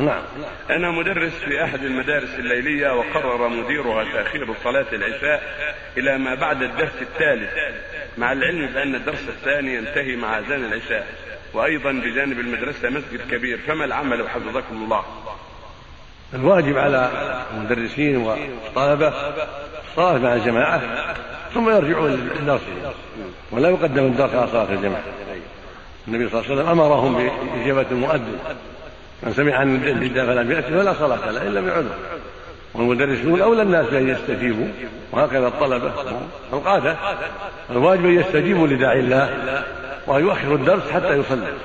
نعم. أنا مدرس في أحد المدارس الليلية، وقرر مديرها تأخير صلاة العشاء إلى ما بعد الدرس الثالث، مع العلم بأن الدرس الثاني ينتهي مع أذان العشاء، وأيضا بجانب المدرسة مسجد كبير، فما العمل حفظكم الله؟ الواجب على المدرسين والطلبة الصلاة مع الجماعة ثم يرجعون لدرسهم، ولا يقدم الدرس على صلاة الجماعة. النبي صلى الله عليه وسلم أمرهم بإجابة المؤذن، من سمع عن النداء فلم يأت فلا صلاة له إلا بعذر. والمدرسون أولى الناس بأن يستجيبوا، وهكذا الطلبة القادة الواجب أن يستجيبوا لداعي الله وأن يؤخروا الدرس حتى يصلي.